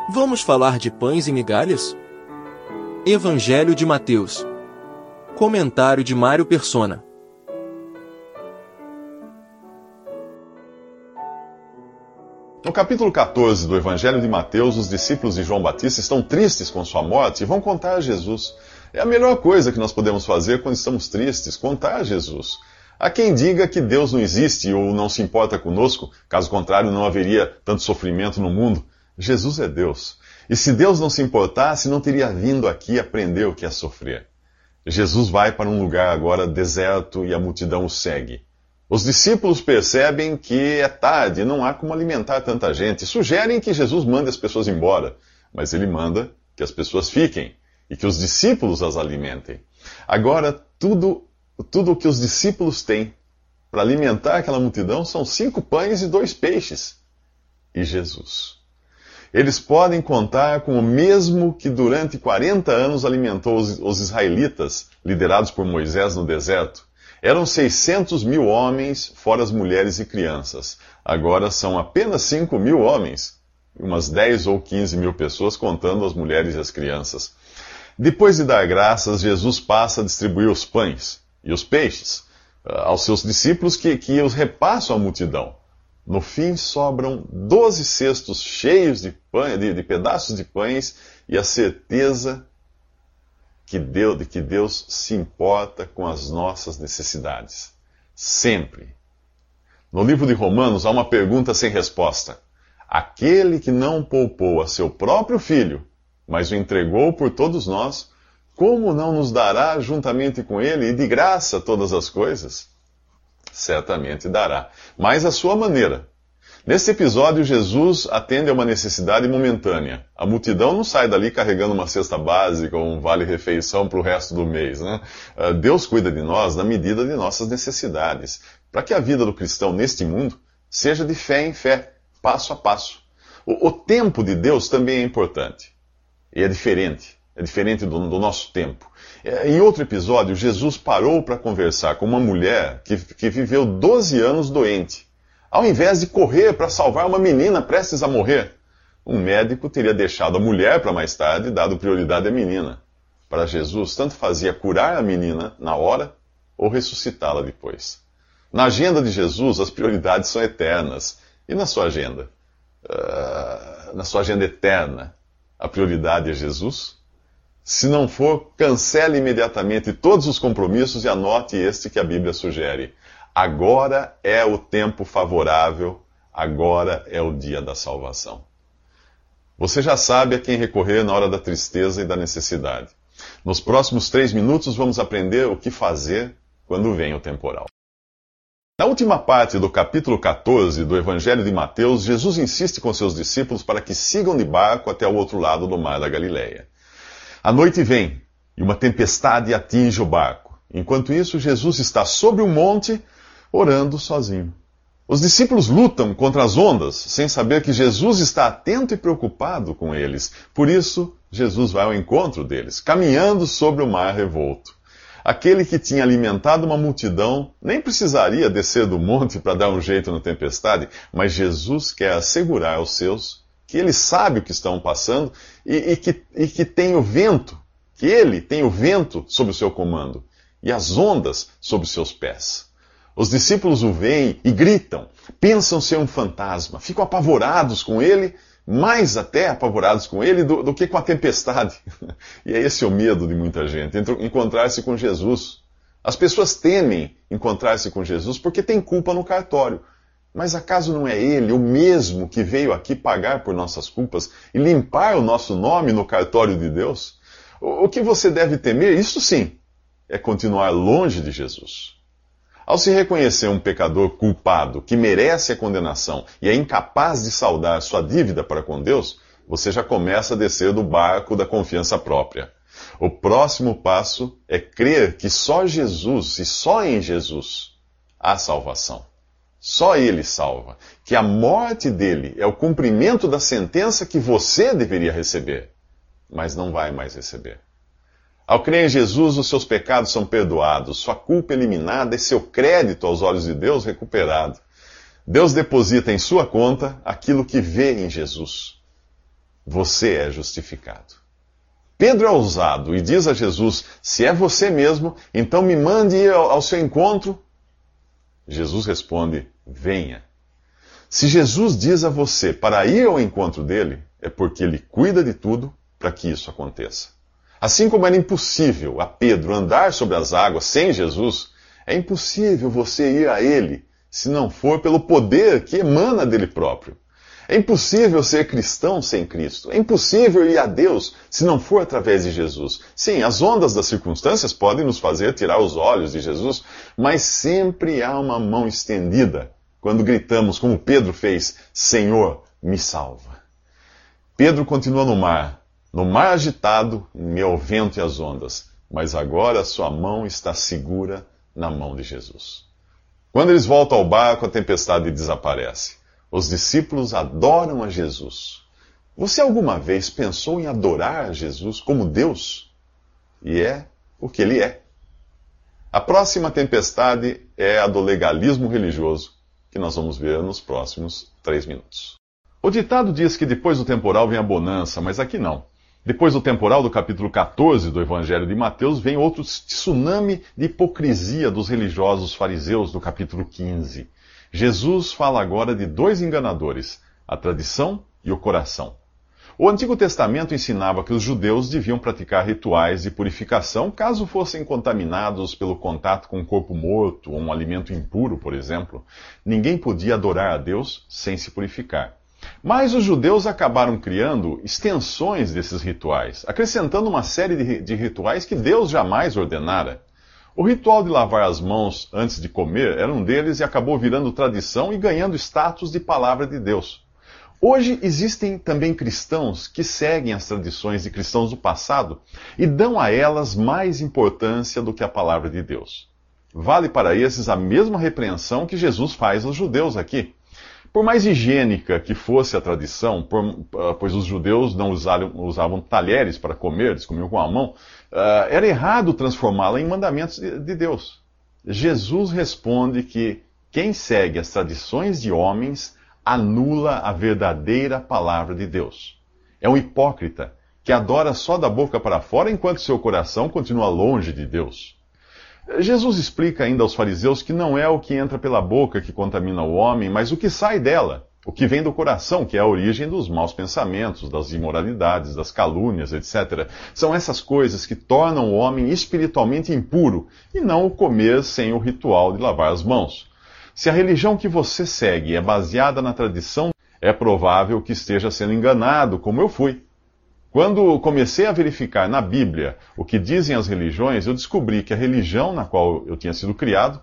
Vamos falar de pães e migalhas? Evangelho de Mateus. Comentário de Mário Persona. No capítulo 14 do Evangelho de Mateus, os discípulos de João Batista estão tristes com sua morte e vão contar a Jesus. É a melhor coisa que nós podemos fazer quando estamos tristes, contar a Jesus. Há quem diga que Deus não existe ou não se importa conosco, caso contrário não haveria tanto sofrimento no mundo. Jesus é Deus. E se Deus não se importasse, não teria vindo aqui aprender o que é sofrer. Jesus vai para um lugar agora deserto e a multidão o segue. Os discípulos percebem que é tarde, não há como alimentar tanta gente. Sugerem que Jesus mande as pessoas embora, mas ele manda que as pessoas fiquem e que os discípulos as alimentem. Agora, tudo o que os discípulos têm para alimentar aquela multidão são 5 pães e 2 peixes. E Jesus. Eles podem contar com o mesmo que durante 40 anos alimentou os israelitas, liderados por Moisés no deserto. Eram 600 mil homens, fora as mulheres e crianças. Agora são apenas 5 mil homens, umas 10 ou 15 mil pessoas, contando as mulheres e as crianças. Depois de dar graças, Jesus passa a distribuir os pães e os peixes aos seus discípulos que os repassam à multidão. No fim, sobram 12 cestos cheios de pedaços de pães e a certeza de que Deus se importa com as nossas necessidades. Sempre. No livro de Romanos há uma pergunta sem resposta. Aquele que não poupou a seu próprio filho, mas o entregou por todos nós, como não nos dará juntamente com ele e de graça todas as coisas? Certamente dará, mas à sua maneira. Nesse episódio, Jesus atende a uma necessidade momentânea. A multidão não sai dali carregando uma cesta básica ou um vale-refeição para o resto do mês, né? Deus cuida de nós na medida de nossas necessidades, para que a vida do cristão neste mundo seja de fé em fé, passo a passo. O tempo de Deus também é importante. E é diferente do nosso tempo. Em outro episódio, Jesus parou para conversar com uma mulher que viveu 12 anos doente. Ao invés de correr para salvar uma menina prestes a morrer, um médico teria deixado a mulher para mais tarde e dado prioridade à menina. Para Jesus, tanto fazia curar a menina na hora ou ressuscitá-la depois. Na agenda de Jesus, as prioridades são eternas. E na sua agenda? Na sua agenda eterna, a prioridade é Jesus? Se não for, cancele imediatamente todos os compromissos e anote este que a Bíblia sugere. Agora é o tempo favorável, agora é o dia da salvação. Você já sabe a quem recorrer na hora da tristeza e da necessidade. Nos próximos 3 minutos vamos aprender o que fazer quando vem o temporal. Na última parte do capítulo 14 do Evangelho de Mateus, Jesus insiste com seus discípulos para que sigam de barco até o outro lado do mar da Galileia. A noite vem e uma tempestade atinge o barco. Enquanto isso, Jesus está sobre um monte, orando sozinho. Os discípulos lutam contra as ondas, sem saber que Jesus está atento e preocupado com eles. Por isso, Jesus vai ao encontro deles, caminhando sobre o mar revolto. Aquele que tinha alimentado uma multidão nem precisaria descer do monte para dar um jeito na tempestade, mas Jesus quer assegurar aos seus que ele sabe o que estão passando e que tem o vento, que ele tem o vento sob o seu comando e as ondas sob os seus pés. Os discípulos o veem e gritam, pensam ser um fantasma, ficam apavorados com ele, mais até apavorados com ele do que com a tempestade. E é esse o medo de muita gente, encontrar-se com Jesus. As pessoas temem encontrar-se com Jesus porque tem culpa no cartório. Mas acaso não é ele, o mesmo, que veio aqui pagar por nossas culpas e limpar o nosso nome no cartório de Deus? O que você deve temer, isso sim, é continuar longe de Jesus. Ao se reconhecer um pecador culpado, que merece a condenação e é incapaz de saldar sua dívida para com Deus, você já começa a descer do barco da confiança própria. O próximo passo é crer que só Jesus e só em Jesus há salvação. Só Ele salva. Que a morte dele é o cumprimento da sentença que você deveria receber, mas não vai mais receber. Ao crer em Jesus, os seus pecados são perdoados, sua culpa eliminada e seu crédito aos olhos de Deus recuperado. Deus deposita em sua conta aquilo que vê em Jesus. você é justificado. Pedro é ousado e diz a Jesus: se é você mesmo, então me mande ir ao seu encontro. Jesus responde: venha. Se Jesus diz a você para ir ao encontro dele, é porque ele cuida de tudo para que isso aconteça. Assim como era impossível a Pedro andar sobre as águas sem Jesus, é impossível você ir a ele se não for pelo poder que emana dele próprio. É impossível ser cristão sem Cristo. É impossível ir a Deus se não for através de Jesus. Sim, as ondas das circunstâncias podem nos fazer tirar os olhos de Jesus, mas sempre há uma mão estendida quando gritamos, como Pedro fez: Senhor, me salva. Pedro continua no mar agitado, em meio ao vento e às ondas, mas agora sua mão está segura na mão de Jesus. Quando eles voltam ao barco, a tempestade desaparece. Os discípulos adoram a Jesus. Você alguma vez pensou em adorar a Jesus como Deus? E é o que ele é. A próxima tempestade é a do legalismo religioso, que nós vamos ver nos próximos 3 minutos. O ditado diz que depois do temporal vem a bonança, mas aqui não. Depois do temporal do capítulo 14 do Evangelho de Mateus, vem outro tsunami de hipocrisia dos religiosos fariseus do capítulo 15. Jesus fala agora de 2 enganadores, a tradição e o coração. O Antigo Testamento ensinava que os judeus deviam praticar rituais de purificação caso fossem contaminados pelo contato com um corpo morto ou um alimento impuro, por exemplo. Ninguém podia adorar a Deus sem se purificar. Mas os judeus acabaram criando extensões desses rituais, acrescentando uma série de rituais que Deus jamais ordenara. O ritual de lavar as mãos antes de comer era um deles e acabou virando tradição e ganhando status de palavra de Deus. Hoje existem também cristãos que seguem as tradições de cristãos do passado e dão a elas mais importância do que a palavra de Deus. Vale para esses a mesma repreensão que Jesus faz aos judeus aqui. Por mais higiênica que fosse a tradição, pois os judeus não usavam talheres para comer, eles comiam com a mão, era errado transformá-la em mandamentos de Deus. Jesus responde que quem segue as tradições de homens anula a verdadeira palavra de Deus. É um hipócrita que adora só da boca para fora enquanto seu coração continua longe de Deus. Jesus explica ainda aos fariseus que não é o que entra pela boca que contamina o homem, mas o que sai dela, o que vem do coração, que é a origem dos maus pensamentos, das imoralidades, das calúnias, etc. São essas coisas que tornam o homem espiritualmente impuro, e não o comer sem o ritual de lavar as mãos. Se a religião que você segue é baseada na tradição, é provável que esteja sendo enganado, como eu fui. Quando comecei a verificar na Bíblia o que dizem as religiões, eu descobri que a religião na qual eu tinha sido criado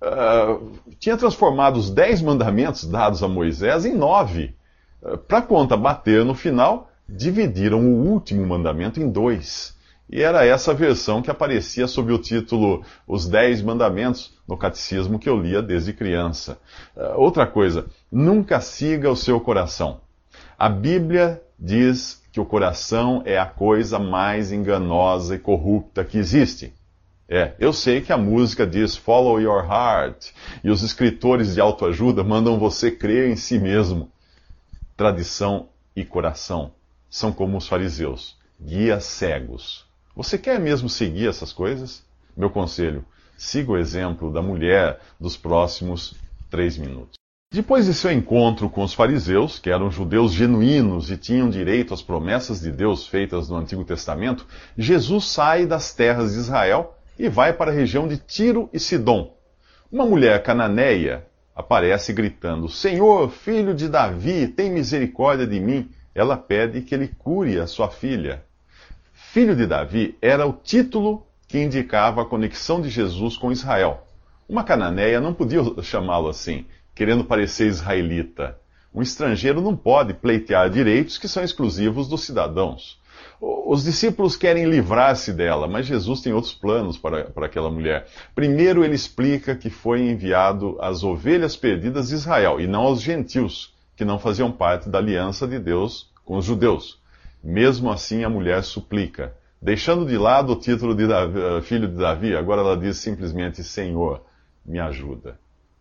tinha transformado os 10 mandamentos dados a Moisés em 9. Para a conta bater no final, dividiram o último mandamento em 2. E era essa versão que aparecia sob o título Os 10 Mandamentos no catecismo que eu lia desde criança. Outra coisa, nunca siga o seu coração. A Bíblia diz que o coração é a coisa mais enganosa e corrupta que existe. Eu sei que a música diz Follow your heart, e os escritores de autoajuda mandam você crer em si mesmo. Tradição e coração são como os fariseus, guias cegos. Você quer mesmo seguir essas coisas? Meu conselho, siga o exemplo da mulher dos próximos 3 minutos. Depois de seu encontro com os fariseus, que eram judeus genuínos e tinham direito às promessas de Deus feitas no Antigo Testamento, Jesus sai das terras de Israel e vai para a região de Tiro e Sidom. Uma mulher cananeia aparece gritando: Senhor, filho de Davi, tem misericórdia de mim. Ela pede que ele cure a sua filha. Filho de Davi era o título que indicava a conexão de Jesus com Israel. Uma cananeia não podia chamá-lo assim, querendo parecer israelita. Um estrangeiro não pode pleitear direitos que são exclusivos dos cidadãos. Os discípulos querem livrar-se dela, mas Jesus tem outros planos para aquela mulher. Primeiro, ele explica que foi enviado às ovelhas perdidas de Israel, e não aos gentios, que não faziam parte da aliança de Deus com os judeus. Mesmo assim, a mulher suplica. Deixando de lado o título de filho de Davi, agora ela diz simplesmente: Senhor, me ajuda.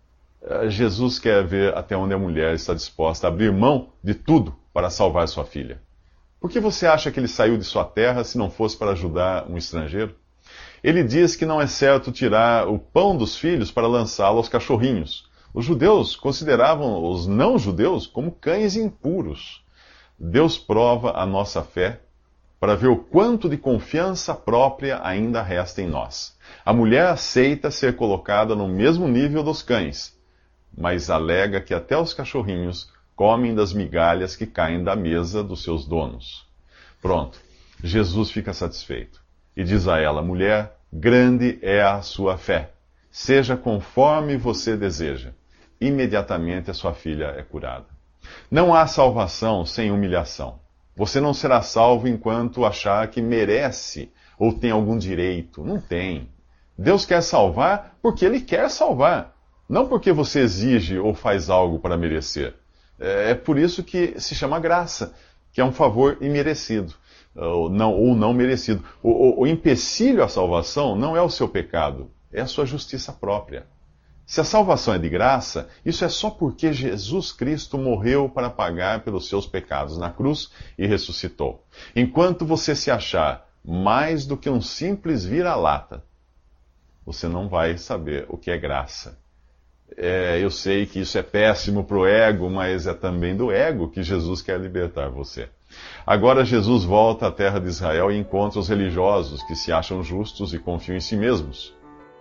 Jesus quer ver até onde a mulher está disposta a abrir mão de tudo para salvar sua filha. Por que você acha que ele saiu de sua terra se não fosse para ajudar um estrangeiro? Ele diz que não é certo tirar o pão dos filhos para lançá-lo aos cachorrinhos. Os judeus consideravam os não-judeus como cães impuros. Deus prova a nossa fé para ver o quanto de confiança própria ainda resta em nós. A mulher aceita ser colocada no mesmo nível dos cães, mas alega que até os cachorrinhos comem das migalhas que caem da mesa dos seus donos. Pronto, Jesus fica satisfeito e diz a ela: mulher, grande é a sua fé. Seja conforme você deseja. Imediatamente a sua filha é curada. Não há salvação sem humilhação. Você não será salvo enquanto achar que merece ou tem algum direito. Não tem. Deus quer salvar porque Ele quer salvar, não porque você exige ou faz algo para merecer. É por isso que se chama graça, que é um favor imerecido, ou não merecido. O empecilho à salvação não é o seu pecado, é a sua justiça própria. Se a salvação é de graça, isso é só porque Jesus Cristo morreu para pagar pelos seus pecados na cruz e ressuscitou. Enquanto você se achar mais do que um simples vira-lata, você não vai saber o que é graça. Eu sei que isso é péssimo para o ego, mas é também do ego que Jesus quer libertar você. Agora Jesus volta à terra de Israel e encontra os religiosos que se acham justos e confiam em si mesmos.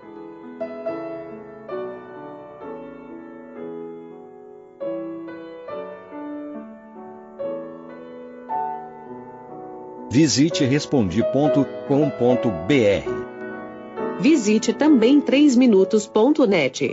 Visite Respondi.com.br. Visite também 3minutos.net.